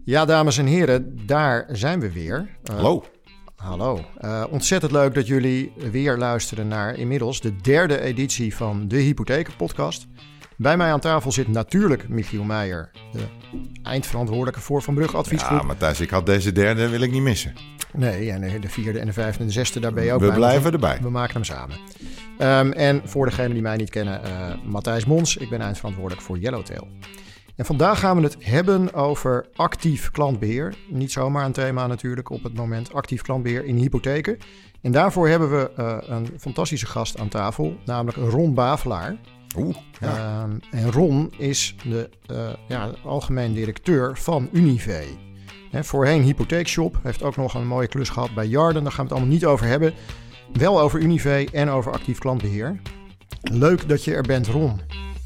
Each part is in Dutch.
Ja, dames en heren, daar zijn we weer. Hallo. Ontzettend leuk dat jullie weer luisteren naar inmiddels de derde editie van de Hypothekenpodcast. Bij mij aan tafel zit natuurlijk Michiel Meijer, de eindverantwoordelijke voor Van Brugge Adviesgroep. Ja, Matthijs, ik had deze derde, wil ik niet missen. Nee, en de vierde en de vijfde en de zesde, daar ben je ook bij. bij. We blijven erbij. We maken hem samen. En voor degenen die mij niet kennen, Matthijs Mons, ik ben eindverantwoordelijk voor Yellowtail. En vandaag gaan we het hebben over actief klantbeheer. Niet zomaar een thema natuurlijk op het moment. Actief klantbeheer in hypotheken. En daarvoor hebben we een fantastische gast aan tafel, namelijk Ron Bavelaar. Ja. En Ron is de algemeen directeur van Unive. Voorheen Hypotheekshop, heeft ook nog een mooie klus gehad bij Jarden. Daar gaan we het allemaal niet over hebben. Wel over Unive en over actief klantbeheer. Leuk dat je er bent, Ron.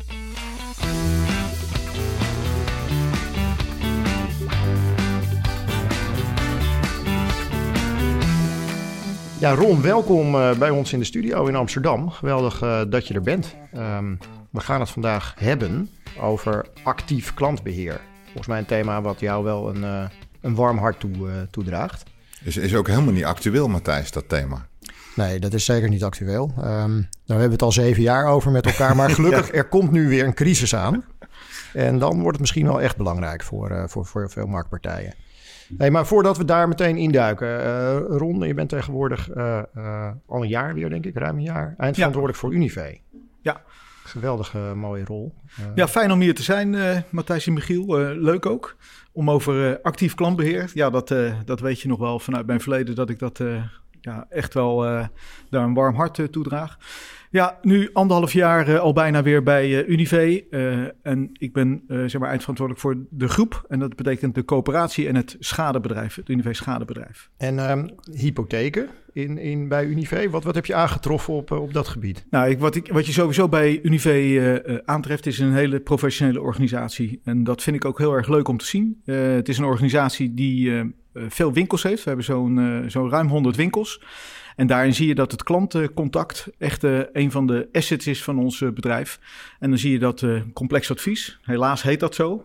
Ja, Ron, welkom bij ons in de studio in Amsterdam. Geweldig dat je er bent. We gaan het vandaag hebben over actief klantbeheer. Volgens mij een thema wat jou wel een warm hart toedraagt. Is ook helemaal niet actueel, Matthijs, dat thema. Nee, dat is zeker niet actueel. Daar hebben we het al 7 jaar over met elkaar. Maar gelukkig, er komt nu weer een crisis aan. En dan wordt het misschien wel echt belangrijk voor veel marktpartijen. Hey, maar voordat we daar meteen induiken. Ron, je bent tegenwoordig al een jaar weer, denk ik, ruim een jaar, eindverantwoordelijk voor Unive. Ja. Geweldige mooie rol. Ja, fijn om hier te zijn, Matthijs en Michiel. Leuk ook. Om over actief klantbeheer. Ja, dat weet je nog wel vanuit mijn verleden dat ik dat echt wel daar een warm hart toedraag. Ja, nu 1,5 jaar al bijna weer bij Unive. En ik ben eindverantwoordelijk voor de groep. En dat betekent de coöperatie en het schadebedrijf, het Unive schadebedrijf. En hypotheken bij Unive, wat heb je aangetroffen op dat gebied? Nou, wat je sowieso bij Unive aantreft is een hele professionele organisatie. En dat vind ik ook heel erg leuk om te zien. Het is een organisatie die veel winkels heeft. We hebben zo'n ruim 100 winkels. En daarin zie je dat het klantcontact echt een van de assets is van ons bedrijf. En dan zie je dat complex advies, helaas heet dat zo,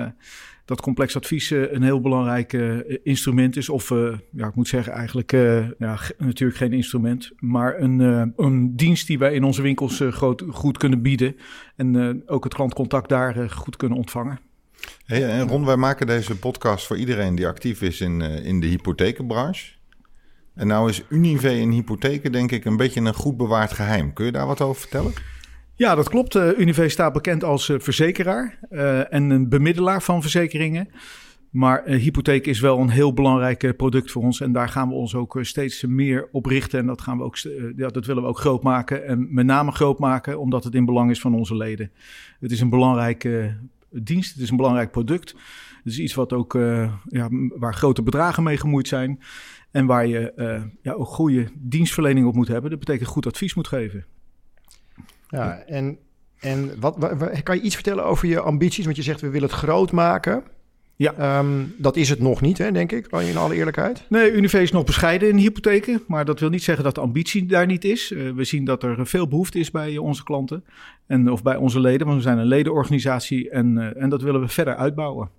dat complex advies een heel belangrijk instrument is. Of ik moet zeggen eigenlijk natuurlijk geen instrument, maar een dienst die wij in onze winkels goed kunnen bieden. En ook het klantcontact daar goed kunnen ontvangen. Hey, en Ron, wij maken deze podcast voor iedereen die actief is in de hypothekenbranche. En nou is Unive in hypotheken denk ik een beetje een goed bewaard geheim. Kun je daar wat over vertellen? Ja, dat klopt. Unive staat bekend als verzekeraar en een bemiddelaar van verzekeringen. Maar hypotheek is wel een heel belangrijk product voor ons. En daar gaan we ons ook steeds meer op richten. En dat gaan we ook, dat willen we ook groot maken. En met name groot maken omdat het in belang is van onze leden. Het is een belangrijke dienst, het is een belangrijk product. Het is iets wat ook, waar grote bedragen mee gemoeid zijn. En waar je ook goede dienstverlening op moet hebben. Dat betekent goed advies moet geven. Ja, en kan je iets vertellen over je ambities? Want je zegt we willen het groot maken. Ja. Dat is het nog niet, hè, denk ik, in alle eerlijkheid. Nee, Unive is nog bescheiden in hypotheken. Maar dat wil niet zeggen dat de ambitie daar niet is. We zien dat er veel behoefte is bij onze klanten. Of bij onze leden. Want we zijn een ledenorganisatie. En dat willen we verder uitbouwen.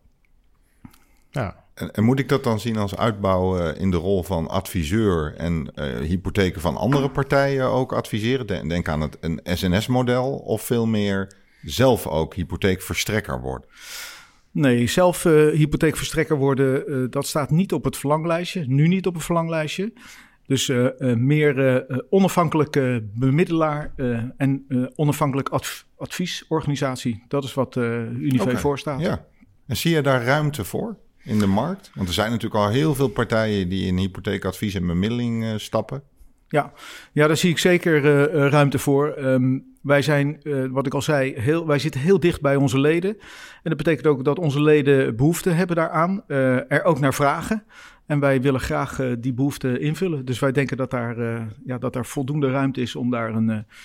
Ja. En moet ik dat dan zien als uitbouw in de rol van adviseur en hypotheken van andere partijen ook adviseren? Denk aan een SNS-model of veel meer zelf ook hypotheekverstrekker worden? Nee, zelf hypotheekverstrekker worden, dat staat niet op het verlanglijstje. Nu niet op het verlanglijstje. Dus meer onafhankelijke bemiddelaar en onafhankelijk adviesorganisatie. Dat is wat Unive voorstaat. Ja. En zie je daar ruimte voor in de markt? Want er zijn natuurlijk al heel veel partijen die in hypotheekadvies en bemiddeling stappen. Ja, daar zie ik zeker ruimte voor. Wij zijn, wat ik al zei, wij zitten heel dicht bij onze leden. En dat betekent ook dat onze leden behoefte hebben daaraan. Er ook naar vragen. En wij willen graag die behoefte invullen. Dus wij denken dat daar voldoende ruimte is om daar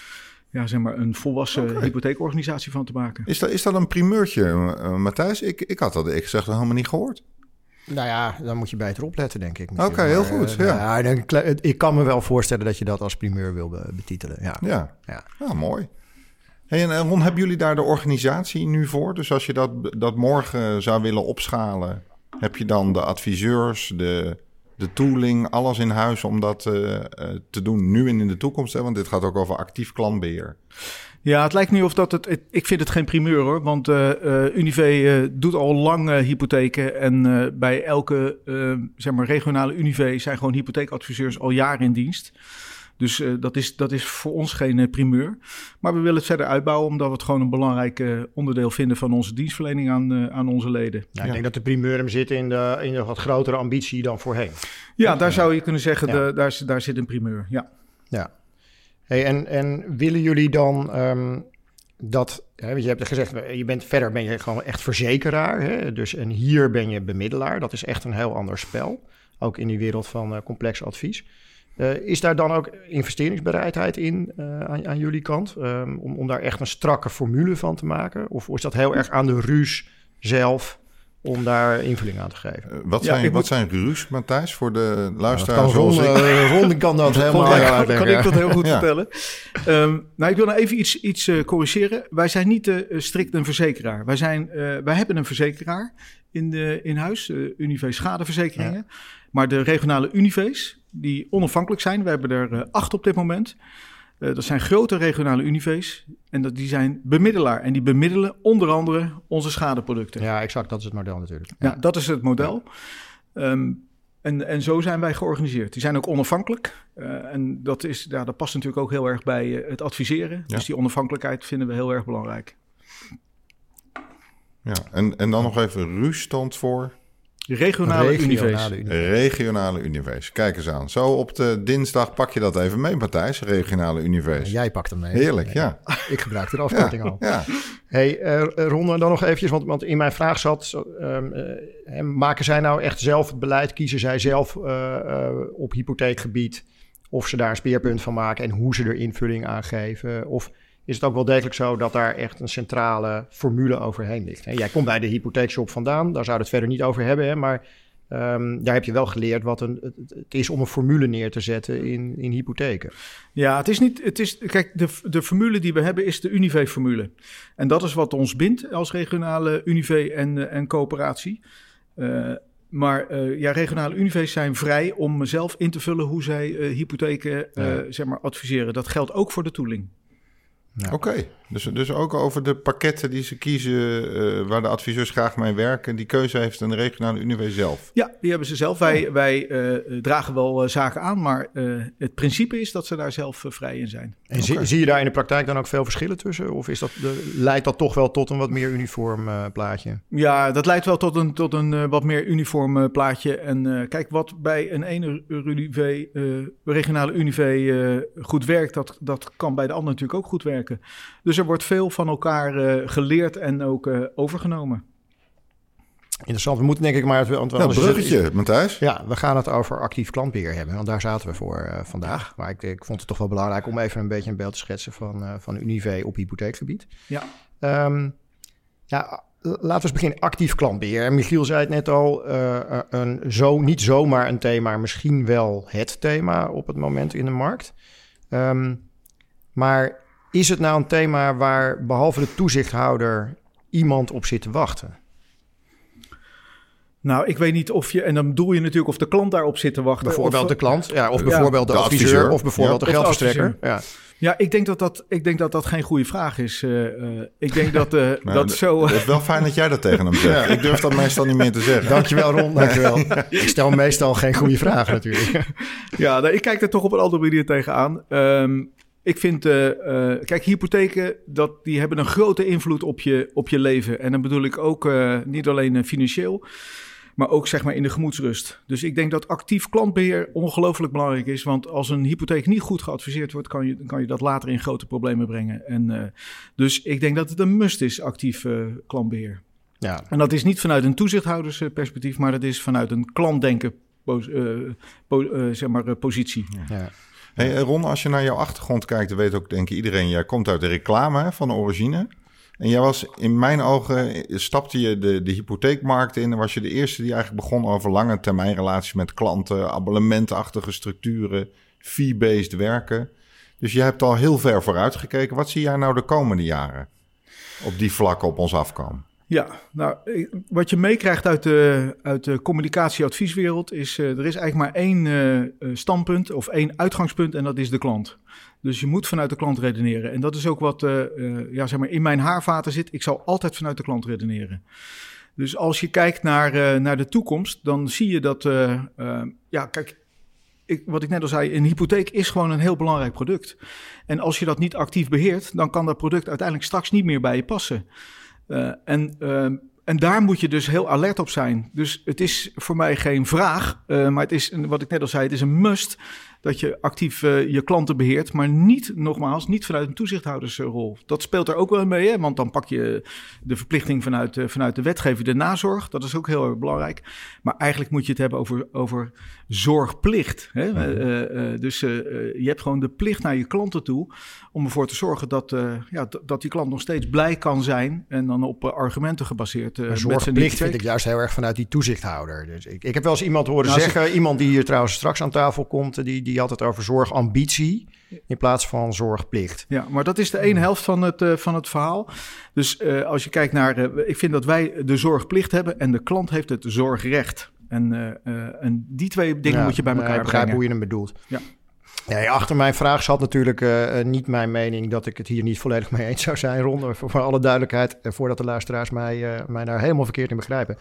een volwassen hypotheekorganisatie van te maken. Is dat een primeurtje, Matthijs? Ik had dat gezegd helemaal niet gehoord. Nou ja, dan moet je beter opletten, denk ik. Oké, heel goed. Ik kan me wel voorstellen dat je dat als primeur wil betitelen. Ja. Mooi. Hey, en hebben jullie daar de organisatie nu voor? Dus als je dat morgen zou willen opschalen, Heb je dan de adviseurs, de tooling, alles in huis om dat te doen nu en in de toekomst? Hè? Want dit gaat ook over actief klantbeheer. Ja, het lijkt nu of dat het... Ik vind het geen primeur hoor, want Unive doet al lang hypotheken. En bij elke regionale Unive zijn gewoon hypotheekadviseurs al jaren in dienst. Dus dat is voor ons geen primeur. Maar we willen het verder uitbouwen, omdat we het gewoon een belangrijk onderdeel vinden van onze dienstverlening aan onze leden. Ja, ik denk dat de primeur hem zit in de wat grotere ambitie dan voorheen. Ja, daar zou je kunnen zeggen, daar zit een primeur, Ja. Hey, en willen jullie dan dat... Hè, je hebt gezegd, ben je gewoon echt verzekeraar. Hè? Dus, en hier ben je bemiddelaar. Dat is echt een heel ander spel. Ook in die wereld van complex advies. Is daar dan ook investeringsbereidheid in aan jullie kant? Om daar echt een strakke formule van te maken? Of is dat heel erg aan de RUUS zelf om daar invulling aan te geven? Wat zijn RUUS, Matthijs, voor de luisteraars? Ron kan dat helemaal uitleggen. Kan ik dat heel goed vertellen? Ik wil nou even iets corrigeren. Wij zijn niet strikt een verzekeraar. Wij hebben een verzekeraar in huis, Unive Schadeverzekeringen. Ja. Maar de regionale Unive's, die onafhankelijk zijn, we hebben er 8 op dit moment. Dat zijn grote regionale Unive's en die zijn bemiddelaar. En die bemiddelen onder andere onze schadeproducten. Ja, exact. Dat is het model natuurlijk. Ja, dat is het model. Ja. En zo zijn wij georganiseerd. Die zijn ook onafhankelijk. En dat past natuurlijk ook heel erg bij het adviseren. Ja. Dus die onafhankelijkheid vinden we heel erg belangrijk. Ja, en dan nog even RUUS stond voor... Regionale Unive's. Kijk eens aan. Zo op de dinsdag pak je dat even mee, Matthijs. Regionale Unive's. Jij pakt hem mee. Heerlijk, ja. Ik gebruik de afkorting al. Ja. Hey, Ron, dan nog eventjes, want in mijn vraag zat... maken zij nou echt zelf het beleid? Kiezen zij zelf op hypotheekgebied of ze daar een speerpunt van maken en hoe ze er invulling aan geven? Of is het ook wel degelijk zo dat daar echt een centrale formule overheen ligt? Jij komt bij de hypotheekshop vandaan, daar zou het verder niet over hebben, hè? Maar daar heb je wel geleerd wat het is om een formule neer te zetten in hypotheken. Ja, kijk, de formule die we hebben is de Unive-formule. En dat is wat ons bindt als regionale Unive en coöperatie. Maar regionale Unive's zijn vrij om zelf in te vullen hoe zij hypotheken adviseren. Dat geldt ook voor de tooling. Ja. Oké, dus ook over de pakketten die ze kiezen, waar de adviseurs graag mee werken. Die keuze heeft een regionale Unive zelf. Ja, die hebben ze zelf. Wij dragen wel zaken aan, maar het principe is dat ze daar zelf vrij in zijn. En zie je daar in de praktijk dan ook veel verschillen tussen? Of leidt dat toch wel tot een wat meer uniform plaatje? Ja, dat leidt wel tot een wat meer uniform plaatje. En kijk, wat bij een ene regionale Unive goed werkt, dat kan bij de andere natuurlijk ook goed werken. Dus er wordt veel van elkaar geleerd en ook overgenomen. Interessant. We moeten denk ik maar... bruggetje, Matthijs. Ja, we gaan het over actief klantbeheer hebben. Want daar zaten we voor vandaag. Maar ik vond het toch wel belangrijk om even een beetje een beeld te schetsen van Unive op hypotheekgebied. Ja. Laten we eens beginnen. Actief klantbeheer. Michiel zei het net al. Niet zomaar een thema, misschien wel het thema op het moment in de markt. Maar is het nou een thema waar behalve de toezichthouder iemand op zit te wachten? Nou, ik weet niet of je... En dan bedoel je natuurlijk of de klant daarop zit te wachten. Bijvoorbeeld de klant, of bijvoorbeeld de adviseur, of bijvoorbeeld de geldverstrekker. Ja, ik denk dat dat geen goede vraag is. Ik denk dat zo... Het is wel fijn dat jij dat tegen hem zegt. Ik durf dat meestal niet meer te zeggen. Dankjewel, Ron. Dankjewel. Ik stel meestal geen goede vragen natuurlijk. Ja, ik kijk er toch op een andere manier tegenaan. Ik vind, kijk, hypotheken, die hebben een grote invloed op je leven. En dan bedoel ik ook niet alleen financieel, maar ook zeg maar in de gemoedsrust. Dus ik denk dat actief klantbeheer ongelooflijk belangrijk is. Want als een hypotheek niet goed geadviseerd wordt, kan je dat later in grote problemen brengen. En dus ik denk dat het een must is, actief klantbeheer. Ja. En dat is niet vanuit een toezichthoudersperspectief, maar dat is vanuit een klantdenken positie. Ja. Hey Ron, als je naar jouw achtergrond kijkt, dan weet ook denk ik iedereen, jij komt uit de reclame van de origine. En jij was, in mijn ogen, stapte je de hypotheekmarkt in en was je de eerste die eigenlijk begon over lange termijn relaties met klanten, abonnementachtige structuren, fee-based werken. Dus je hebt al heel ver vooruit gekeken. Wat zie jij nou de komende jaren op die vlakken op ons afkomen? Ja, nou, wat je meekrijgt uit de communicatie-advieswereld is... er is eigenlijk maar één standpunt of één uitgangspunt en dat is de klant. Dus je moet vanuit de klant redeneren. En dat is ook wat zeg maar in mijn haarvaten zit. Ik zal altijd vanuit de klant redeneren. Dus als je kijkt naar de toekomst, dan zie je dat... kijk, wat ik net al zei, een hypotheek is gewoon een heel belangrijk product. En als je dat niet actief beheert, dan kan dat product uiteindelijk straks niet meer bij je passen. En daar moet je dus heel alert op zijn. Dus het is voor mij geen vraag, maar het is, wat ik net al zei, het is een must dat je actief je klanten beheert, maar niet vanuit een toezichthoudersrol. Dat speelt er ook wel mee, hè? Want dan pak je de verplichting vanuit de wetgever, de nazorg. Dat is ook heel erg belangrijk. Maar eigenlijk moet je het hebben over zorgplicht. Hè? Dus je hebt gewoon de plicht naar je klanten toe om ervoor te zorgen dat die klant nog steeds blij kan zijn en dan op argumenten gebaseerd. Zorgplicht vind ik juist heel erg vanuit die toezichthouder. Dus ik heb wel eens iemand horen zeggen, iemand die hier trouwens straks aan tafel komt, die had het over zorgambitie in plaats van zorgplicht. Ja, maar dat is de ene helft van het verhaal. Dus als je kijkt naar... ik vind dat wij de zorgplicht hebben en de klant heeft het zorgrecht. En die twee dingen moet je bij elkaar brengen. Ik begrijp hoe je hem bedoelt. Ja. Nee, achter mijn vraag zat natuurlijk niet mijn mening dat ik het hier niet volledig mee eens zou zijn, Ron. Voor alle duidelijkheid, voordat de luisteraars mij daar helemaal verkeerd in begrijpen.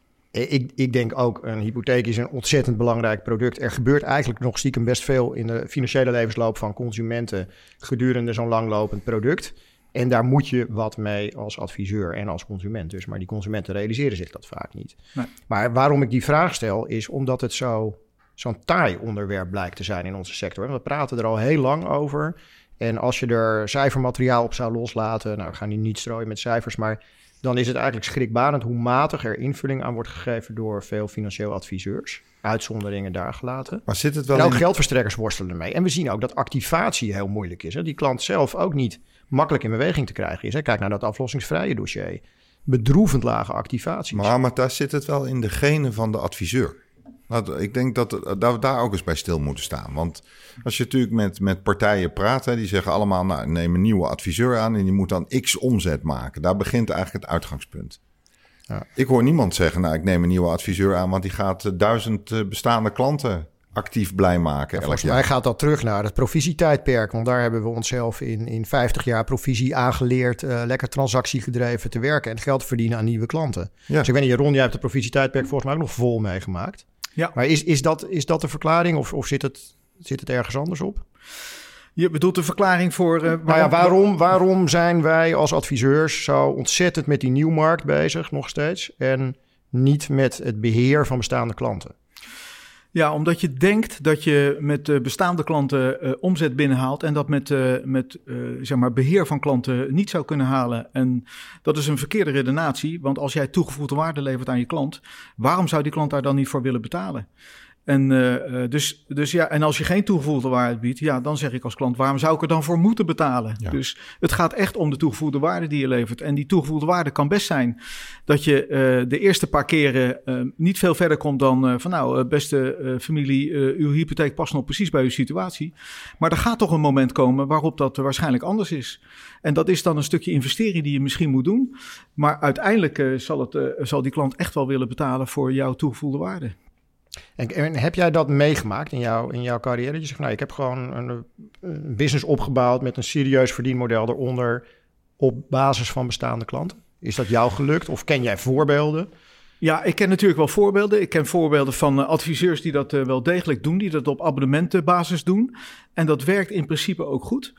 Ik denk ook, een hypotheek is een ontzettend belangrijk product. Er gebeurt eigenlijk nog stiekem best veel in de financiële levensloop van consumenten gedurende zo'n langlopend product. En daar moet je wat mee als adviseur en als consument dus. Maar die consumenten realiseren zich dat vaak niet. Nee. Maar waarom ik die vraag stel is omdat het zo'n taai onderwerp blijkt te zijn in onze sector. We praten er al heel lang over. En als je er cijfermateriaal op zou loslaten, nou, we gaan hier niet strooien met cijfers, maar dan is het eigenlijk schrikbarend hoe matig er invulling aan wordt gegeven door veel financieel adviseurs. Uitzonderingen daar gelaten. Maar zit het wel en ook geldverstrekkers worstelen ermee. En we zien ook dat activatie heel moeilijk is. Hè? Die klant zelf ook niet makkelijk in beweging te krijgen is. Hè? Kijk naar dat aflossingsvrije dossier. Bedroevend lage activaties. Maar daar zit het wel in de genen van de adviseur. Nou, ik denk dat we daar ook eens bij stil moeten staan. Want als je natuurlijk met partijen praat, hè, die zeggen allemaal, nou, neem een nieuwe adviseur aan en die moet dan x omzet maken. Daar begint eigenlijk het uitgangspunt. Ja. Ik hoor niemand zeggen, nou, ik neem een nieuwe adviseur aan, want die gaat 1000 bestaande klanten actief blij maken. Ja, volgens mij gaat dat terug naar het provisietijdperk. Want daar hebben we onszelf in 50 jaar provisie aangeleerd, lekker transactiegedreven te werken en geld verdienen aan nieuwe klanten. Ja. Dus ik weet niet, Ron, jij hebt het provisietijdperk volgens mij ook nog vol meegemaakt. Ja. Maar is dat de verklaring of zit het ergens anders op? Je bedoelt de verklaring voor... waarom zijn wij als adviseurs zo ontzettend met die nieuwmarkt bezig nog steeds en niet met het beheer van bestaande klanten? Ja, omdat je denkt dat je met bestaande klanten omzet binnenhaalt en dat met beheer van klanten niet zou kunnen halen. En dat is een verkeerde redenatie, want als jij toegevoegde waarde levert aan je klant, waarom zou die klant daar dan niet voor willen betalen? En en als je geen toegevoegde waarde biedt, ja, dan zeg ik als klant, waarom zou ik er dan voor moeten betalen? Ja. Dus het gaat echt om de toegevoegde waarde die je levert. En die toegevoegde waarde kan best zijn dat je de eerste paar keren niet veel verder komt dan beste familie, uw hypotheek past nog precies bij uw situatie. Maar er gaat toch een moment komen waarop dat waarschijnlijk anders is. En dat is dan een stukje investering die je misschien moet doen. Maar uiteindelijk zal die klant echt wel willen betalen voor jouw toegevoegde waarde. En heb jij dat meegemaakt in jouw carrière? Je zegt, nou, ik heb gewoon een business opgebouwd met een serieus verdienmodel eronder op basis van bestaande klanten. Is dat jou gelukt of ken jij voorbeelden? Ja, ik ken natuurlijk wel voorbeelden. Ik ken voorbeelden van adviseurs die dat wel degelijk doen, die dat op abonnementenbasis doen. En dat werkt in principe ook goed.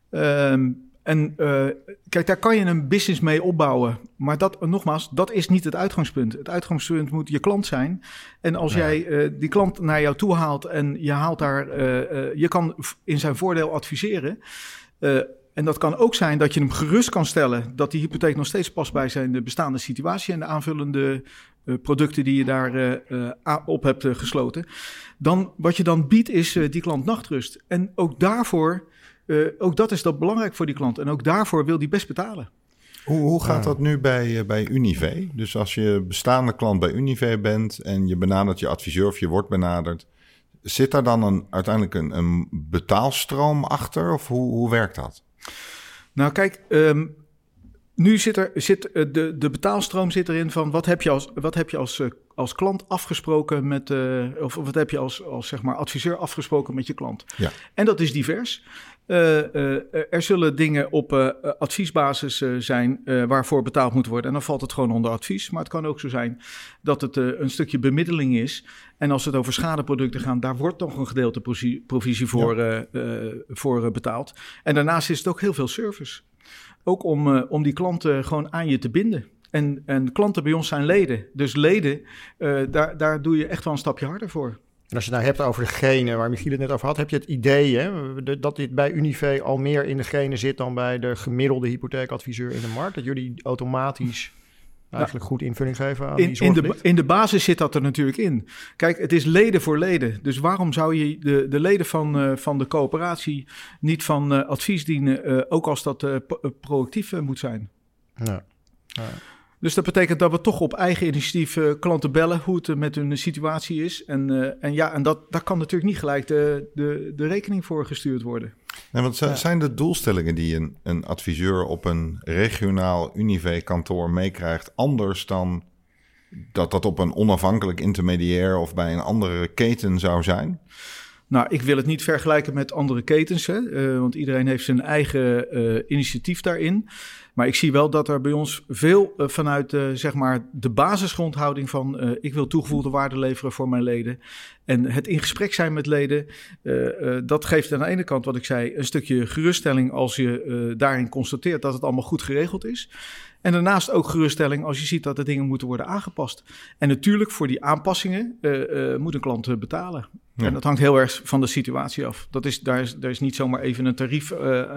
Kijk, daar kan je een business mee opbouwen. Maar dat is niet het uitgangspunt. Het uitgangspunt moet je klant zijn. En als jij die klant naar jou toe haalt en je haalt daar... je kan in zijn voordeel adviseren. En dat kan ook zijn dat je hem gerust kan stellen dat die hypotheek nog steeds past bij zijn bestaande situatie en de aanvullende producten die je daar op hebt gesloten. Dan, wat je dan biedt is die klant nachtrust. En ook daarvoor... ook dat is belangrijk voor die klant. En ook daarvoor wil die best betalen. Hoe gaat dat nu bij Unive? Dus als je bestaande klant bij Unive bent en je benadert je adviseur of je wordt benaderd, zit daar dan uiteindelijk een betaalstroom achter? Of hoe werkt dat? Nou kijk, Nu zit de betaalstroom zit erin van wat heb je als klant afgesproken met, of wat heb je als zeg maar adviseur afgesproken met je klant. Ja. En dat is divers. Er zullen dingen op adviesbasis zijn waarvoor betaald moet worden. En dan valt het gewoon onder advies. Maar het kan ook zo zijn dat het een stukje bemiddeling is. En als het over schadeproducten gaat, daar wordt nog een gedeelte provisie voor betaald. En daarnaast is het ook heel veel service. Ook om die klanten gewoon aan je te binden. En klanten bij ons zijn leden. Dus leden, daar doe je echt wel een stapje harder voor. En als je het nou hebt over de genen waar Michiel het net over had, heb je het idee dat dit bij Univé al meer in de genen zit dan bij de gemiddelde hypotheekadviseur in de markt? Dat jullie automatisch eigenlijk goed invulling geven aan die zorgplicht? In de basis zit dat er natuurlijk in. Kijk, het is leden voor leden. Dus waarom zou je de leden van de coöperatie niet van advies dienen, ook als dat proactief moet zijn? Ja. Dus dat betekent dat we toch op eigen initiatief klanten bellen hoe het met hun situatie is. En daar kan natuurlijk niet gelijk de rekening voor gestuurd worden. Nee, want zijn de doelstellingen die een adviseur op een regionaal Univé-kantoor meekrijgt anders dan dat op een onafhankelijk intermediair of bij een andere keten zou zijn? Nou, ik wil het niet vergelijken met andere ketens, want iedereen heeft zijn eigen initiatief daarin. Maar ik zie wel dat er bij ons veel vanuit zeg maar de basisgrondhouding van ik wil toegevoegde waarde leveren voor mijn leden. En het in gesprek zijn met leden, dat geeft aan de ene kant, wat ik zei, een stukje geruststelling als je daarin constateert dat het allemaal goed geregeld is. En daarnaast ook geruststelling als je ziet dat de dingen moeten worden aangepast. En natuurlijk voor die aanpassingen moet een klant betalen. Ja. En dat hangt heel erg van de situatie af. Daar is niet zomaar even een tarief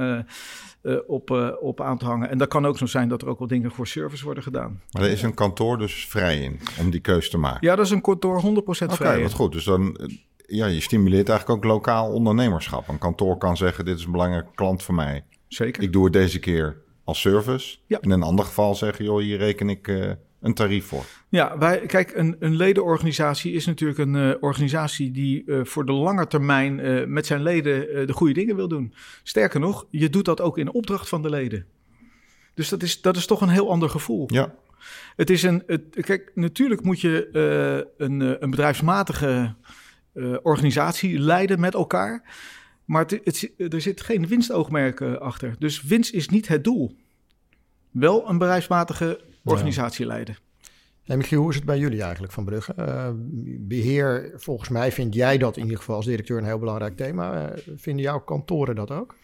op aan te hangen. En dat kan ook zo zijn dat er ook wel dingen voor service worden gedaan. Maar er is een kantoor dus vrij in om die keus te maken? Ja, dat is een kantoor 100% vrij. Oké, wat goed. Dus dan, je stimuleert eigenlijk ook lokaal ondernemerschap. Een kantoor kan zeggen, dit is een belangrijke klant voor mij. Zeker. Ik doe het deze keer als service. Ja. In een ander geval zeggen, joh, hier reken ik een tarief voor. Ja, kijk, een ledenorganisatie is natuurlijk een organisatie die voor de lange termijn met zijn leden de goede dingen wil doen. Sterker nog, je doet dat ook in opdracht van de leden. Dus dat is toch een heel ander gevoel. Ja. Kijk, natuurlijk moet je een bedrijfsmatige organisatie leiden met elkaar. Maar er zit geen winstoogmerk achter. Dus winst is niet het doel. Wel een bedrijfsmatige organisatie leiden. En Michiel, hoe is het bij jullie eigenlijk Van Brugge? Beheer, volgens mij vind jij dat in ieder geval als directeur een heel belangrijk thema. Vinden jouw kantoren dat ook?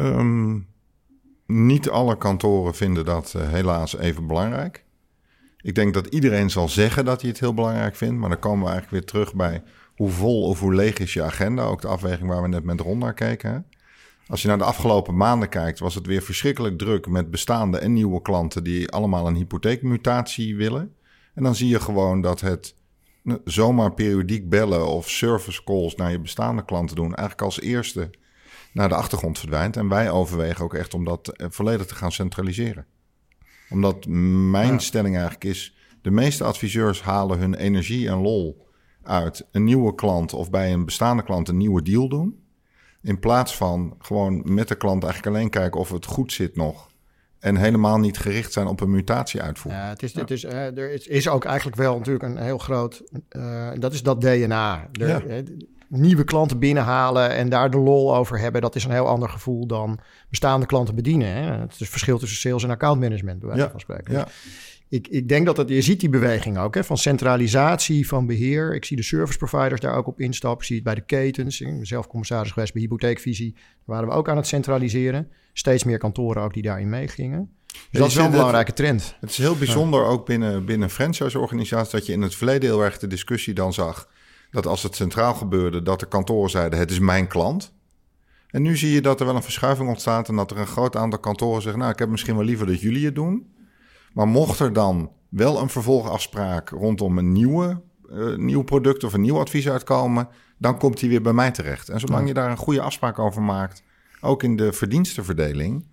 Niet alle kantoren vinden dat helaas even belangrijk. Ik denk dat iedereen zal zeggen dat hij het heel belangrijk vindt. Maar dan komen we eigenlijk weer terug bij hoe vol of hoe leeg is je agenda. Ook de afweging waar we net met Ron naar keken. Hè? Als je naar de afgelopen maanden kijkt, was het weer verschrikkelijk druk met bestaande en nieuwe klanten die allemaal een hypotheekmutatie willen. En dan zie je gewoon dat het zomaar periodiek bellen of service calls naar je bestaande klanten doen eigenlijk als eerste naar de achtergrond verdwijnt. En wij overwegen ook echt om dat volledig te gaan centraliseren. Omdat mijn stelling eigenlijk is, de meeste adviseurs halen hun energie en lol uit een nieuwe klant of bij een bestaande klant een nieuwe deal doen. In plaats van gewoon met de klant eigenlijk alleen kijken of het goed zit nog. En helemaal niet gericht zijn op een mutatie uitvoeren. Ja, er is ook eigenlijk wel natuurlijk een heel groot... dat is dat DNA. Nieuwe klanten binnenhalen en daar de lol over hebben. Dat is een heel ander gevoel dan bestaande klanten bedienen. Hè? Het is het verschil tussen sales en account management, bij wijze van spreken. Ja. Ik denk dat je ziet die beweging ook, hè, van centralisatie, van beheer. Ik zie de service providers daar ook op instappen. Ik zie het bij de ketens. Ik ben zelf commissaris geweest bij Hypotheekvisie. Daar waren we ook aan het centraliseren. Steeds meer kantoren ook die daarin meegingen. Dus dat is wel een belangrijke trend. Het is heel bijzonder ook binnen franchise-organisaties dat je in het verleden heel erg de discussie dan zag dat als het centraal gebeurde, dat de kantoren zeiden, het is mijn klant. En nu zie je dat er wel een verschuiving ontstaat en dat er een groot aantal kantoren zeggen, nou, ik heb misschien wel liever dat jullie het doen. Maar mocht er dan wel een vervolgafspraak rondom een nieuw product of een nieuw advies uitkomen, dan komt die weer bij mij terecht. En zolang je daar een goede afspraak over maakt, ook in de verdienstenverdeling,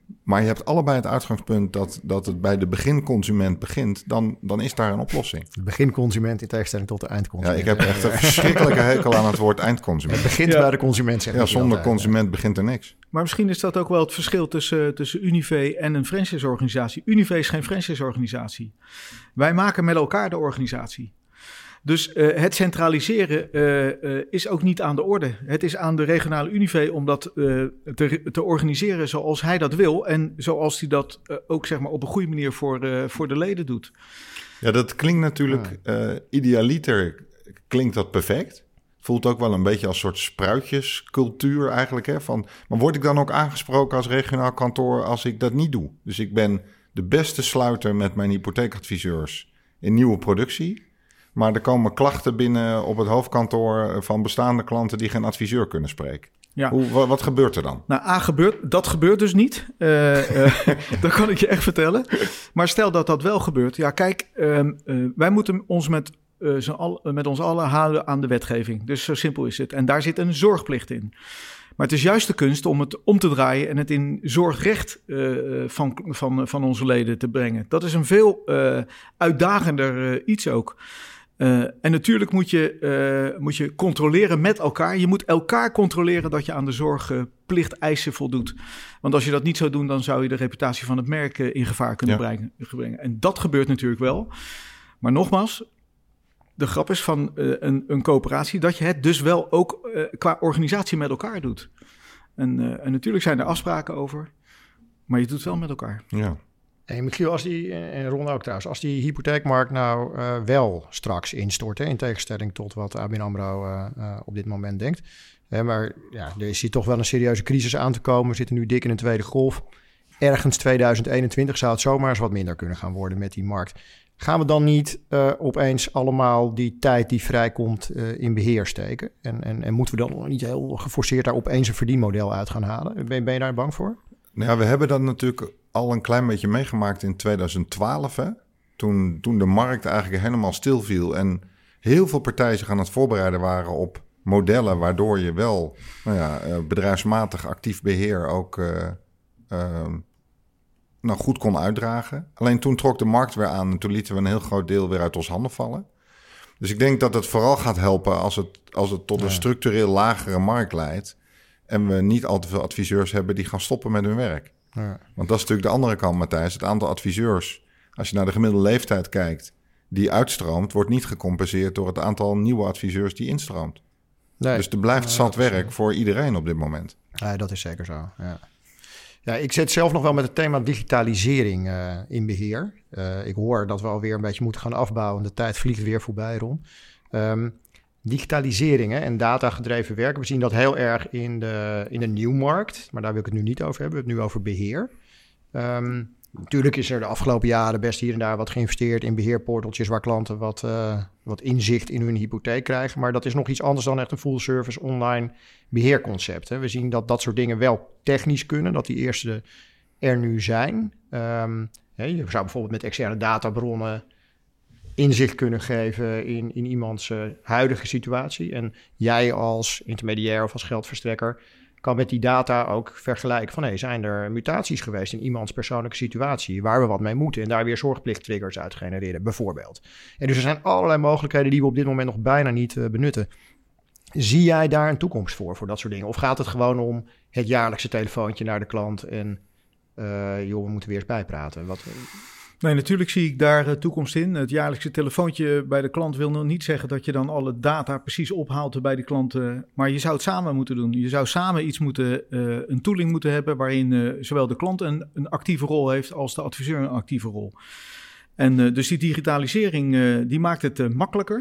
maar je hebt allebei het uitgangspunt dat het bij de beginconsument begint, dan is daar een oplossing. De beginconsument in tegenstelling tot de eindconsument. Ja, ik heb echt een verschrikkelijke hekel aan het woord eindconsument. Het begint bij de consument, zeg ja, zonder consument begint er niks. Maar misschien is dat ook wel het verschil tussen Unive en een franchise-organisatie. Unive is geen franchise-organisatie. Wij maken met elkaar de organisatie. Dus het centraliseren is ook niet aan de orde. Het is aan de regionale Unive om dat te organiseren zoals hij dat wil. En zoals hij dat ook zeg maar, op een goede manier voor de leden doet. Ja, dat klinkt natuurlijk idealiter klinkt dat perfect. Voelt ook wel een beetje als een soort spruitjescultuur eigenlijk. Hè? Maar word ik dan ook aangesproken als regionaal kantoor als ik dat niet doe? Dus ik ben de beste sluiter met mijn hypotheekadviseurs in nieuwe productie. Maar er komen klachten binnen op het hoofdkantoor van bestaande klanten die geen adviseur kunnen spreken. Ja. Wat gebeurt er dan? Nou, dat gebeurt dus niet. Dat kan ik je echt vertellen. Maar stel dat dat wel gebeurt. Ja, kijk, wij moeten ons met ons allen houden aan de wetgeving. Dus zo simpel is het. En daar zit een zorgplicht in. Maar het is juist de kunst om het om te draaien en het in zorgrecht van onze leden te brengen. Dat is een veel uitdagender iets ook. En natuurlijk moet je controleren met elkaar. Je moet elkaar controleren dat je aan de zorgplicht-eisen voldoet. Want als je dat niet zou doen, dan zou je de reputatie van het merk in gevaar kunnen brengen. En dat gebeurt natuurlijk wel. Maar nogmaals, de grap is van een coöperatie dat je het dus wel ook qua organisatie met elkaar doet. En natuurlijk zijn er afspraken over, maar je doet het wel met elkaar. Ja. Hey, Michiel, en Ron ook trouwens, als die hypotheekmarkt nou wel straks instort, hè, in tegenstelling tot wat ABN AMRO op dit moment denkt. Maar ja, er zit toch wel een serieuze crisis aan te komen. We zitten nu dik in een tweede golf. Ergens 2021 zou het zomaar eens wat minder kunnen gaan worden met die markt. Gaan we dan niet opeens allemaal die tijd die vrijkomt in beheer steken? En moeten we dan nog niet heel geforceerd daar opeens een verdienmodel uit gaan halen? Ben je daar bang voor? Nou ja, we hebben dat natuurlijk al een klein beetje meegemaakt in 2012. Hè? Toen de markt eigenlijk helemaal stilviel en heel veel partijen zich aan het voorbereiden waren op modellen waardoor je wel bedrijfsmatig actief beheer ook goed kon uitdragen. Alleen toen trok de markt weer aan en toen lieten we een heel groot deel weer uit ons handen vallen. Dus ik denk dat het vooral gaat helpen als het tot een structureel lagere markt leidt en we niet al te veel adviseurs hebben die gaan stoppen met hun werk. Ja. Want dat is natuurlijk de andere kant, Matthijs. Het aantal adviseurs, als je naar de gemiddelde leeftijd kijkt, die uitstroomt, wordt niet gecompenseerd door het aantal nieuwe adviseurs die instroomt. Nee. Dus er blijft zat werk voor iedereen op dit moment. Ja, dat is zeker zo, ja. Ja, ik zit zelf nog wel met het thema digitalisering in beheer. Ik hoor dat we alweer een beetje moeten gaan afbouwen. De tijd vliegt weer voorbij, Ron. Digitalisering en datagedreven werken. We zien dat heel erg in de nieuwmarkt. Maar daar wil ik het nu niet over hebben. We hebben het nu over beheer. Natuurlijk is er de afgelopen jaren best hier en daar wat geïnvesteerd in beheerporteltjes waar klanten wat inzicht in hun hypotheek krijgen. Maar dat is nog iets anders dan echt een full service online beheerconcept. Hè. We zien dat soort dingen wel technisch kunnen, dat die eerste er nu zijn. Je zou bijvoorbeeld met externe databronnen inzicht kunnen geven in iemands huidige situatie. En jij als intermediair of als geldverstrekker kan met die data ook vergelijken van zijn er mutaties geweest in iemands persoonlijke situatie waar we wat mee moeten en daar weer zorgplichttriggers uit genereren, bijvoorbeeld. En dus er zijn allerlei mogelijkheden die we op dit moment nog bijna niet benutten. Zie jij daar een toekomst voor dat soort dingen? Of gaat het gewoon om het jaarlijkse telefoontje naar de klant en we moeten weer eens bijpraten? Nee, natuurlijk zie ik daar toekomst in. Het jaarlijkse telefoontje bij de klant wil nog niet zeggen dat je dan alle data precies ophaalt bij de klant. Maar je zou het samen moeten doen. Je zou samen een tooling moeten hebben waarin zowel de klant een actieve rol heeft als de adviseur een actieve rol. En dus die digitalisering die maakt het makkelijker.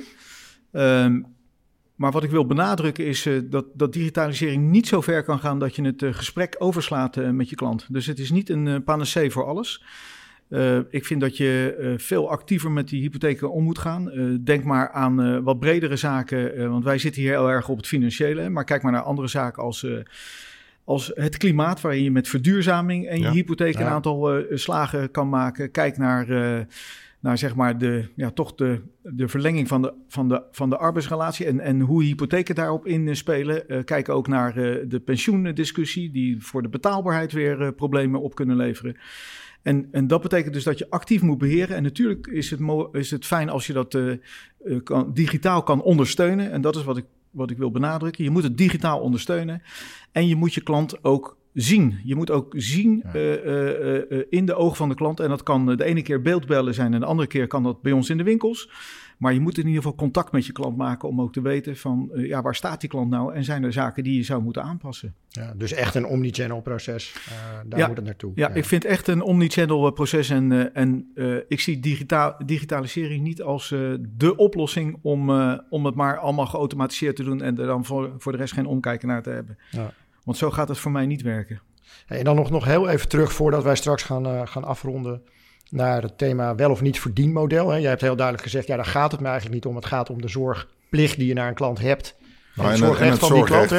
Maar wat ik wil benadrukken is dat digitalisering niet zo ver kan gaan dat je het gesprek overslaat met je klant. Dus het is niet een panacee voor alles. Ik vind dat je veel actiever met die hypotheken om moet gaan. Denk maar aan wat bredere zaken, want wij zitten hier heel erg op het financiële. Maar kijk maar naar andere zaken als het klimaat, waarin je met verduurzaming en je hypotheek een aantal slagen kan maken. Kijk naar zeg maar de verlenging van de arbeidsrelatie en hoe hypotheken daarop inspelen. Kijken ook naar de pensioendiscussie, die voor de betaalbaarheid weer problemen op kunnen leveren. En dat betekent dus dat je actief moet beheren. En natuurlijk is het fijn als je dat digitaal kan ondersteunen. En dat is wat ik wil benadrukken. Je moet het digitaal ondersteunen. En je moet je klant ook zien. Je moet ook zien in de ogen van de klant. En dat kan de ene keer beeldbellen zijn en de andere keer kan dat bij ons in de winkels. Maar je moet in ieder geval contact met je klant maken om ook te weten van waar staat die klant nou en zijn er zaken die je zou moeten aanpassen. Ja, dus echt een omnichannel proces. Daar moet het naartoe. Ja, ik vind echt een omnichannel proces en ik zie digitalisering niet als de oplossing om het maar allemaal geautomatiseerd te doen en er dan voor de rest geen omkijken naar te hebben. Ja. Want zo gaat het voor mij niet werken. En dan nog heel even terug voordat wij straks gaan afronden naar het thema wel of niet verdienmodel. Jij hebt heel duidelijk gezegd, daar gaat het me eigenlijk niet om. Het gaat om de zorgplicht die je naar een klant hebt. En het zorgrecht van die klant.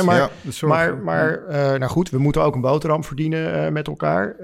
Maar nou goed, we moeten ook een boterham verdienen met elkaar.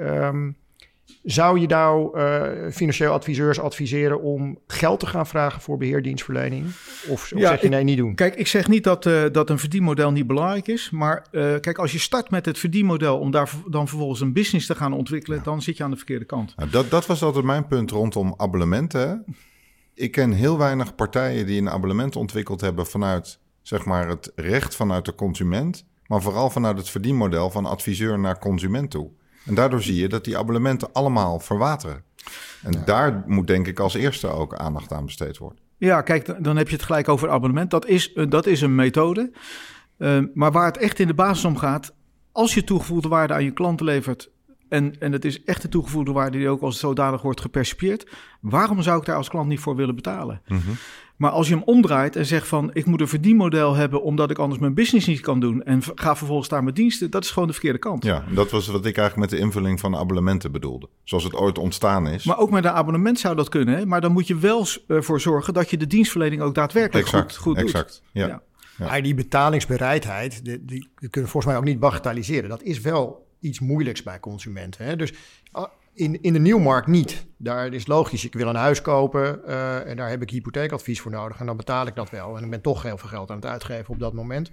Zou je nou financieel adviseurs adviseren om geld te gaan vragen voor beheerdienstverlening? Of zeg je nee, niet doen? Kijk, ik zeg niet dat een verdienmodel niet belangrijk is. Maar kijk, als je start met het verdienmodel om daar dan vervolgens een business te gaan ontwikkelen, dan zit je aan de verkeerde kant. Nou, dat was altijd mijn punt rondom abonnementen. Ik ken heel weinig partijen die een abonnement ontwikkeld hebben vanuit, zeg maar, het recht vanuit de consument, maar vooral vanuit het verdienmodel van adviseur naar consument toe. En daardoor zie je dat die abonnementen allemaal verwateren. En daar moet denk ik als eerste ook aandacht aan besteed worden. Ja, kijk, dan heb je het gelijk over abonnement. Dat is een methode. Maar waar het echt in de basis om gaat, als je toegevoegde waarde aan je klanten levert, en het is echt de toegevoegde waarde die ook als zodanig wordt gepercipieerd, waarom zou ik daar als klant niet voor willen betalen? Mm-hmm. Maar als je hem omdraait en zegt van, ik moet een verdienmodel hebben omdat ik anders mijn business niet kan doen en ga vervolgens daar mijn diensten, dat is gewoon de verkeerde kant. Ja, dat was wat ik eigenlijk met de invulling van abonnementen bedoelde. Zoals het ooit ontstaan is. Maar ook met een abonnement zou dat kunnen. Hè? Maar dan moet je wel voor zorgen dat je de dienstverlening ook daadwerkelijk goed doet. Exact, ja. Ja. Maar die betalingsbereidheid, die kunnen we volgens mij ook niet bagatelliseren. Dat is wel iets moeilijks bij consumenten. Hè? Dus in de nieuwmarkt niet. Daar is logisch, ik wil een huis kopen en daar heb ik hypotheekadvies voor nodig en dan betaal ik dat wel. En ik ben toch heel veel geld aan het uitgeven op dat moment.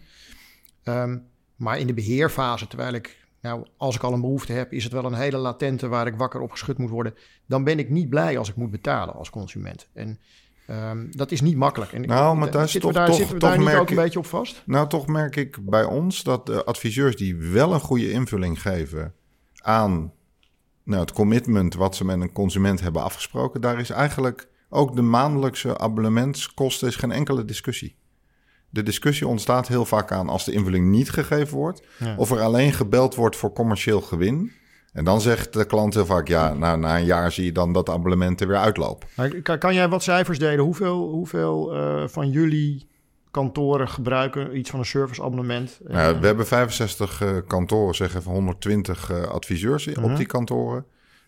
Maar in de beheerfase, terwijl als ik al een behoefte heb, is het wel een hele latente waar ik wakker op geschud moet worden. Dan ben ik niet blij als ik moet betalen als consument. En dat is niet makkelijk. En Matthijs, zitten we daar niet ook een beetje op vast? Nou, toch merk ik bij ons dat de adviseurs die wel een goede invulling geven aan het commitment wat ze met een consument hebben afgesproken, daar is eigenlijk ook de maandelijkse abonnementskosten is geen enkele discussie. De discussie ontstaat heel vaak aan als de invulling niet gegeven wordt, of er alleen gebeld wordt voor commercieel gewin. En dan zegt de klant heel vaak, na een jaar zie je dan dat de abonnementen weer uitlopen. Kan jij wat cijfers delen? Hoeveel van jullie kantoren gebruiken iets van een serviceabonnement? We hebben 65 kantoren, zeggen van 120 adviseurs op die kantoren.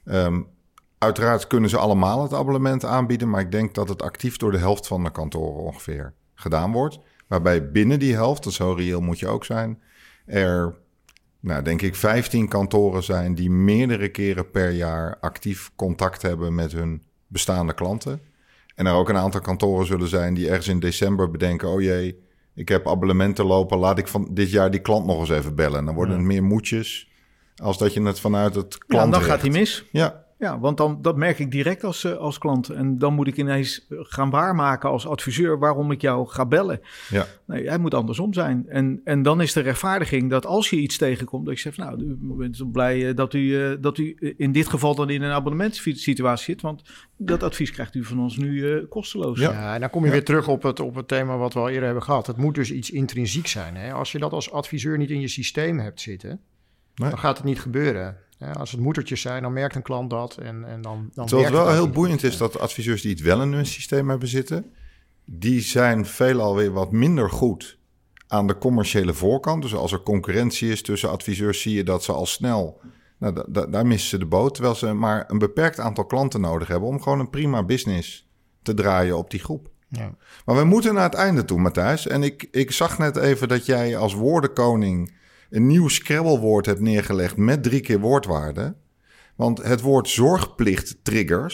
Uiteraard kunnen ze allemaal het abonnement aanbieden, maar ik denk dat het actief door de helft van de kantoren ongeveer gedaan wordt. Waarbij binnen die helft, dat zo reëel moet je ook zijn, er denk ik 15 kantoren zijn die meerdere keren per jaar actief contact hebben met hun bestaande klanten. En er ook een aantal kantoren zullen zijn die ergens in december bedenken, oh jee, ik heb abonnementen lopen, laat ik van dit jaar die klant nog eens even bellen. Dan worden het meer moedjes als dat je het vanuit het klant. Ja, dan gaat hij mis. Ja, want dat merk ik direct als klant. En dan moet ik ineens gaan waarmaken als adviseur waarom ik jou ga bellen. Ja. Nee, hij moet andersom zijn. En dan is de rechtvaardiging dat als je iets tegenkomt, dat je zegt, ik ben zo blij dat u in dit geval dan in een abonnementssituatie zit. Want dat advies krijgt u van ons nu kosteloos. Ja, en dan kom je weer terug op het thema wat we al eerder hebben gehad. Het moet dus iets intrinsiek zijn. Hè? Als je dat als adviseur niet in je systeem hebt zitten, dan gaat het niet gebeuren. Ja, als het moedertjes zijn, dan merkt een klant dat. En dan terwijl het wel heel boeiend is dat adviseurs die het wel in hun systeem hebben zitten, die zijn veelal weer wat minder goed aan de commerciële voorkant. Dus als er concurrentie is tussen adviseurs, zie je dat ze al snel, daar missen ze de boot. Terwijl ze maar een beperkt aantal klanten nodig hebben om gewoon een prima business te draaien op die groep. Ja. Maar we moeten naar het einde toe, Matthijs. En ik zag net even dat jij als woordenkoning een nieuw Scrabble-woord hebt neergelegd met 3 keer woordwaarde. Want het woord zorgplicht triggers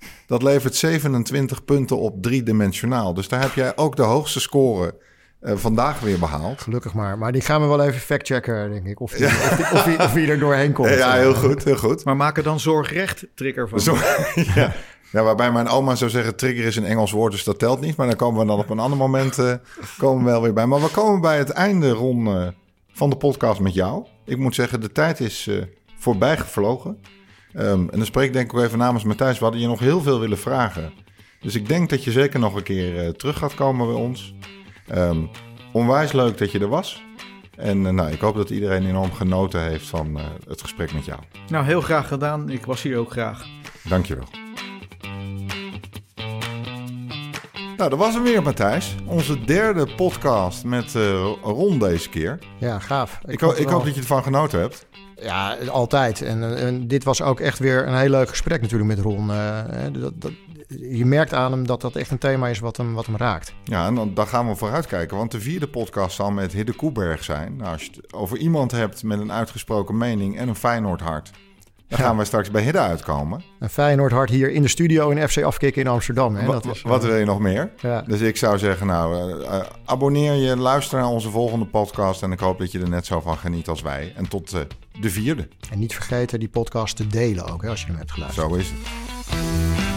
Dat levert 27 punten op 3-dimensionaal. Dus daar heb jij ook de hoogste score vandaag weer behaald. Gelukkig maar. Maar die gaan we wel even factchecken, denk ik. Of wie er doorheen komt. Ja, heel goed, heel goed. Maar maak er dan zorgrecht trigger van. Ja, waarbij mijn oma zou zeggen, trigger is een Engels woord, dus dat telt niet. Maar daar komen we dan op een ander moment komen we wel weer bij. Maar we komen bij het einde, Ron, van de podcast met jou. Ik moet zeggen, de tijd is voorbij gevlogen. En dan spreek ik denk ik ook even namens Matthijs. We hadden je nog heel veel willen vragen. Dus ik denk dat je zeker nog een keer terug gaat komen bij ons. Onwijs leuk dat je er was. En ik hoop dat iedereen enorm genoten heeft van het gesprek met jou. Nou, heel graag gedaan. Ik was hier ook graag. Dankjewel. Nou, dat was hem weer, Matthijs. Onze derde podcast met Ron deze keer. Ja, gaaf. Ik hoop dat je ervan genoten hebt. Ja, altijd. En dit was ook echt weer een heel leuk gesprek natuurlijk met Ron. Je merkt aan hem dat dat echt een thema is wat hem raakt. Ja, en dan gaan we vooruitkijken. Want de vierde podcast zal met Hidde Koeberg zijn. Nou, als je het over iemand hebt met een uitgesproken mening en een Feyenoord hart, dan gaan we straks bij Hidde uitkomen. Een Feyenoord hart hier in de studio in FC Afkikken in Amsterdam. Hè? Wat wil je nog meer? Ja. Dus ik zou zeggen, abonneer je, luister naar onze volgende podcast. En ik hoop dat je er net zo van geniet als wij. En tot de vierde. En niet vergeten die podcast te delen ook, hè, als je hem hebt geluisterd. Zo is het.